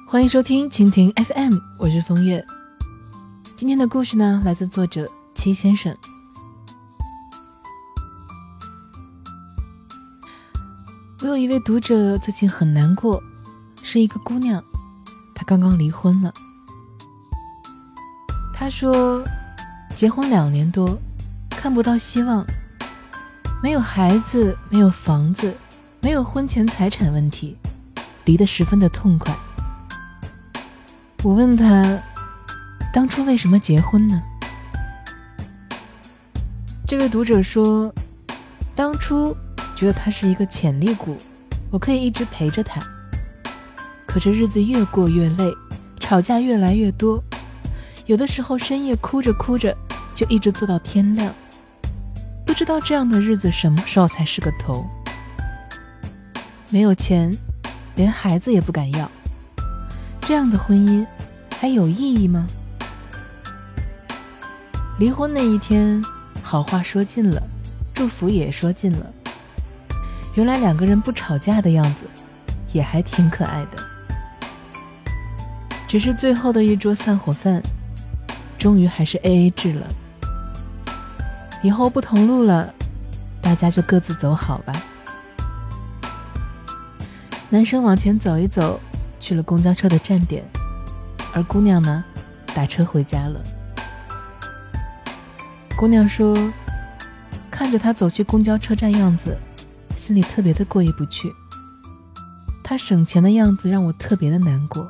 欢迎收听蜻蜓 FM， 我是风月。今天的故事呢，来自作者七先生。我有一位读者最近很难过，是一个姑娘，她刚刚离婚了。她说结婚2年多，看不到希望，没有孩子，没有房子，没有婚前财产问题，离得十分的痛快。我问她当初为什么结婚呢？这位读者说，当初觉得他是一个潜力股，我可以一直陪着他。可是日子越过越累，吵架越来越多，有的时候深夜哭着哭着就一直做到天亮，不知道这样的日子什么时候才是个头。没有钱，连孩子也不敢要，这样的婚姻还有意义吗？离婚那一天，好话说尽了，祝福也说尽了，原来2个人不吵架的样子也还挺可爱的。只是最后的一桌散伙饭，终于还是 AA 制了。以后不同路了，大家就各自走好吧。男生往前走一走，去了公交车的站点，而姑娘呢，打车回家了。姑娘说，看着他走去公交车站样子，心里特别的过意不去。他省钱的样子让我特别的难过。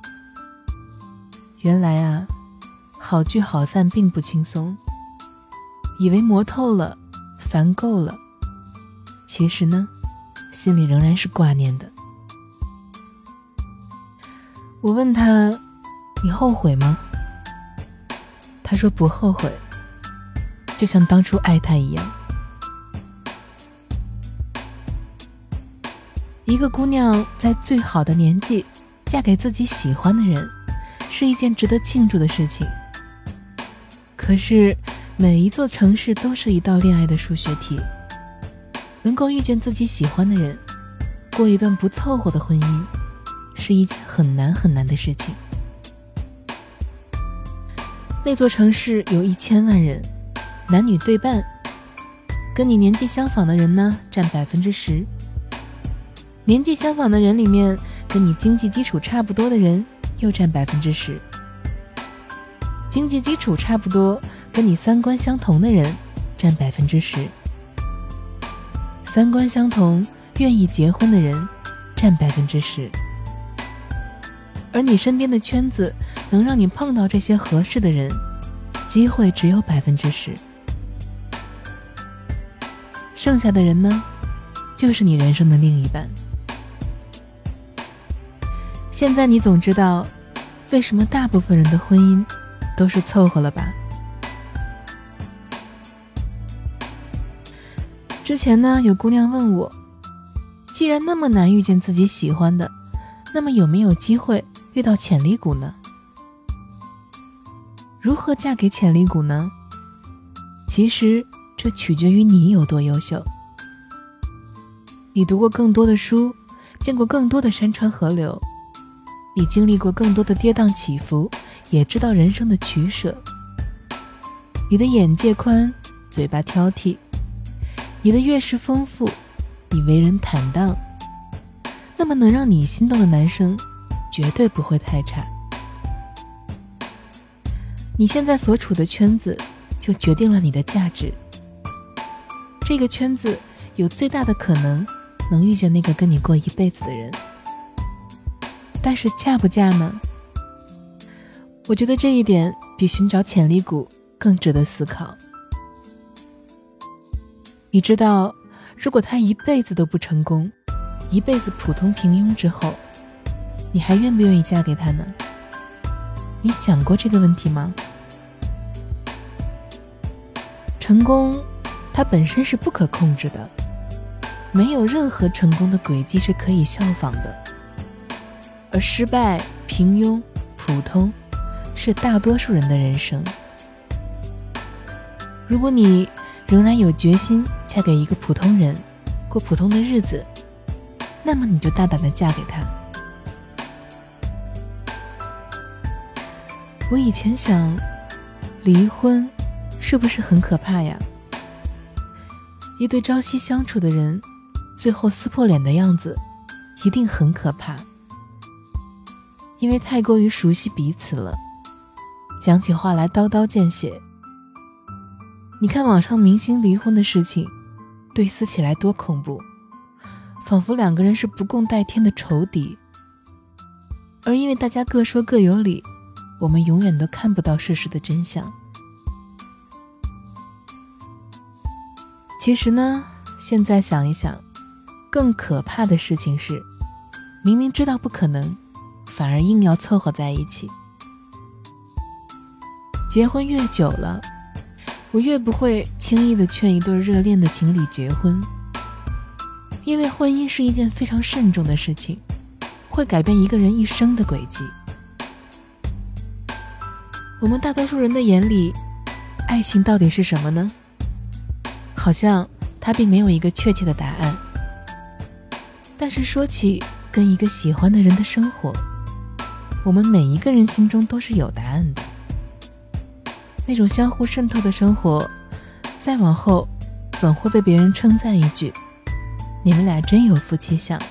原来啊，好聚好散并不轻松，以为磨透了，烦够了，其实呢，心里仍然是挂念的。我问他，你后悔吗？他说不后悔，就像当初爱他一样。一个姑娘在最好的年纪嫁给自己喜欢的人，是一件值得庆祝的事情。可是每一座城市都是一道恋爱的数学题，能够遇见自己喜欢的人，过一段不凑合的婚姻，是一件很难很难的事情。那座城市有1000万人，男女对半，跟你年纪相仿的人呢占10%，年纪相仿的人里面，跟你经济基础差不多的人又占10%，经济基础差不多跟你3观相同的人占10%，3观相同愿意结婚的人占10%，而你身边的圈子能让你碰到这些合适的人，机会只有10%，剩下的人呢，就是你人生的另一半。现在你总知道为什么大部分人的婚姻都是凑合了吧？之前呢，有姑娘问我，既然那么难遇见自己喜欢的，那么有没有机会遇到潜力股呢？如何嫁给潜力股呢？其实这取决于你有多优秀。你读过更多的书，见过更多的山川河流，你经历过更多的跌宕起伏，也知道人生的取舍。你的眼界宽，嘴巴挑剔，你的阅识丰富，你为人坦荡，那么能让你心动的男生绝对不会太差。你现在所处的圈子就决定了你的价值，这个圈子有最大的可能能遇见那个跟你过一辈子的人。但是嫁不嫁呢？我觉得这一点比寻找潜力股更值得思考。你知道，如果他一辈子都不成功，一辈子普通平庸之后，你还愿不愿意嫁给他呢？你想过这个问题吗？成功，它本身是不可控制的，没有任何成功的轨迹是可以效仿的。而失败、平庸、普通，是大多数人的人生。如果你仍然有决心嫁给一个普通人，过普通的日子，那么你就大胆地嫁给他。 我以前想，离婚是不是很可怕呀？一对朝夕相处的人，最后撕破脸的样子，一定很可怕。因为太过于熟悉彼此了，讲起话来刀刀见血。你看网上明星离婚的事情，对撕起来多恐怖，仿佛两个人是不共戴天的仇敌。而因为大家各说各有理，我们永远都看不到事实的真相。其实呢，现在想一想，更可怕的事情是，明明知道不可能，反而硬要凑合在一起。结婚越久了，我越不会轻易地劝一对热恋的情侣结婚，因为婚姻是一件非常慎重的事情，会改变一个人一生的轨迹。我们大多数人的眼里，爱情到底是什么呢？好像它并没有一个确切的答案。但是说起跟一个喜欢的人的生活，我们每一个人心中都是有答案的。那种相互渗透的生活，再往后总会被别人称赞一句，你们俩真有夫妻相。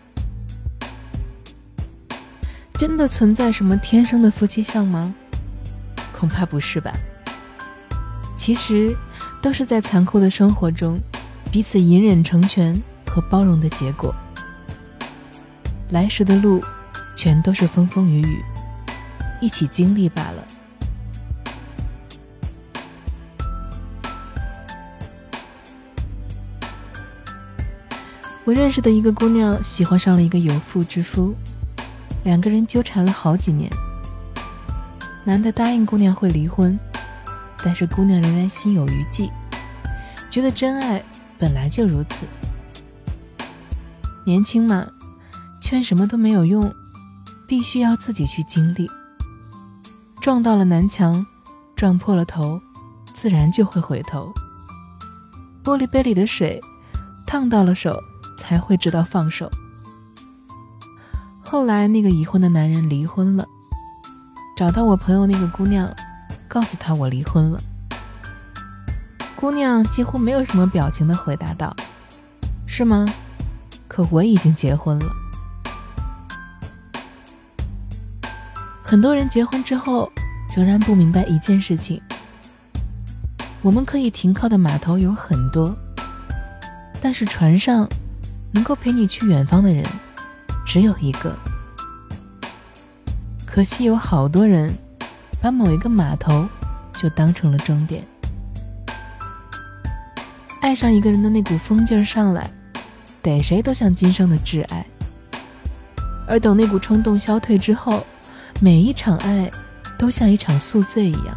真的存在什么天生的夫妻相吗？恐怕不是吧。其实都是在残酷的生活中彼此隐忍成全和包容的结果。来时的路全都是风风雨雨，一起经历罢了。我认识的一个姑娘喜欢上了一个有妇之夫，两个人纠缠了好几年。男的答应姑娘会离婚，但是姑娘仍然心有余悸，觉得真爱本来就如此。年轻嘛，劝什么都没有用，必须要自己去经历。撞到了南墙，撞破了头，自然就会回头。玻璃杯里的水，烫到了手，才会知道放手。后来那个已婚的男人离婚了，找到我朋友那个姑娘，告诉她我离婚了。姑娘几乎没有什么表情地回答道，是吗？可我已经结婚了。很多人结婚之后仍然不明白一件事情，我们可以停靠的码头有很多，但是船上能够陪你去远方的人只有一个。可惜有好多人把某一个码头就当成了终点。爱上一个人的那股疯劲儿上来，逮谁都像今生的挚爱，而等那股冲动消退之后，每一场爱都像一场宿醉一样。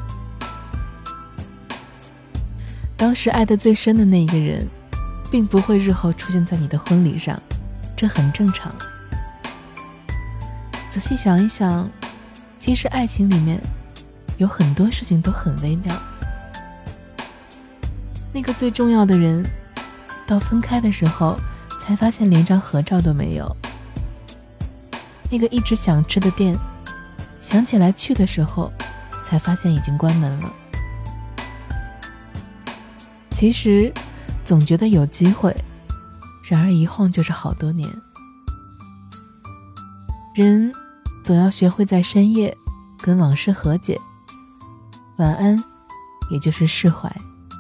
当时爱得最深的那一个人并不会日后出现在你的婚礼上，这很正常。仔细想一想，其实爱情里面有很多事情都很微妙。那个最重要的人，到分开的时候才发现连张合照都没有。那个一直想吃的店，想起来去的时候才发现已经关门了。其实总觉得有机会，然而一晃就是好多年。人总要学会在深夜跟往事和解，晚安也就是释怀。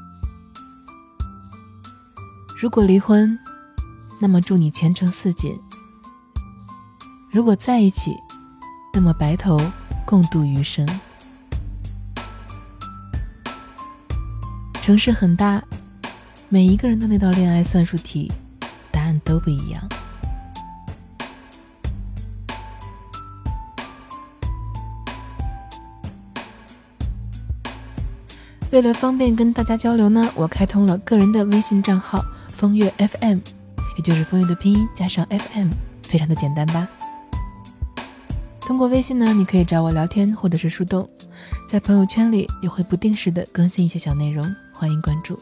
如果离婚，那么祝你前程似锦；如果在一起，那么白头共度余生。城市很大，每一个人的那道恋爱算术题，答案都不一样。为了方便跟大家交流呢，我开通了个人的微信账号风月 FM， 也就是风月的拼音加上 FM， 非常的简单吧。通过微信呢，你可以找我聊天或者是树洞，在朋友圈里也会不定时的更新一些小内容，欢迎关注。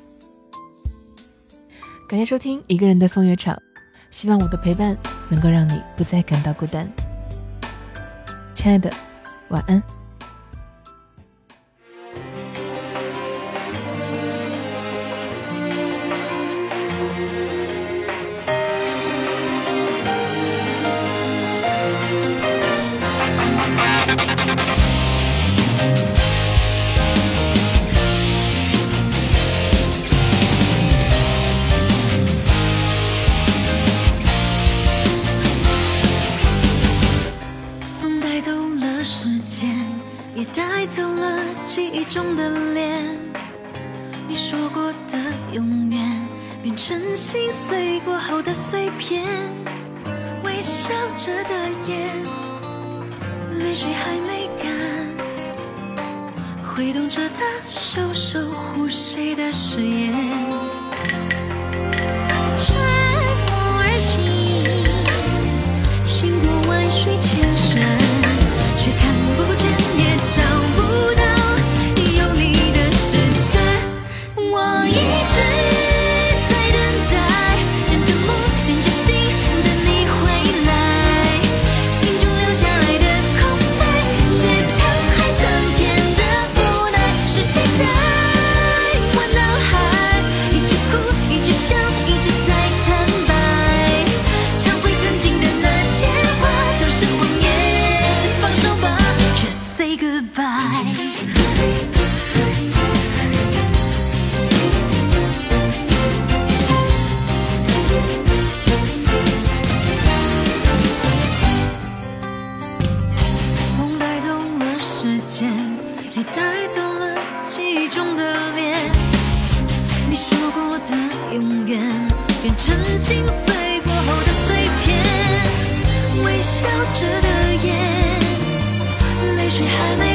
感谢收听一个人的风月场，希望我的陪伴能够让你不再感到孤单。亲爱的，晚安。 风带走了时间，也带走了记忆中的脸。你说过的永远，变成心碎过后的碎片。微笑着的眼，泪水还没干，挥动着的手守护谁的誓言。乘风而行，行过万水千山，却看不见也找不到有你的时间。我一直在等待，忍着梦，忍着心，等你回来。心中留下来的空白，是沧海桑田的无奈。是谁在我脑海，一直哭，一直笑，一直在坦白。忏悔曾经的那些话，都是谎言，放手吧，却 say goodbye。风带走了时间，也带走了记忆中的脸。你说过的永远，变成心碎过后的碎片。微笑着的眼，泪水还没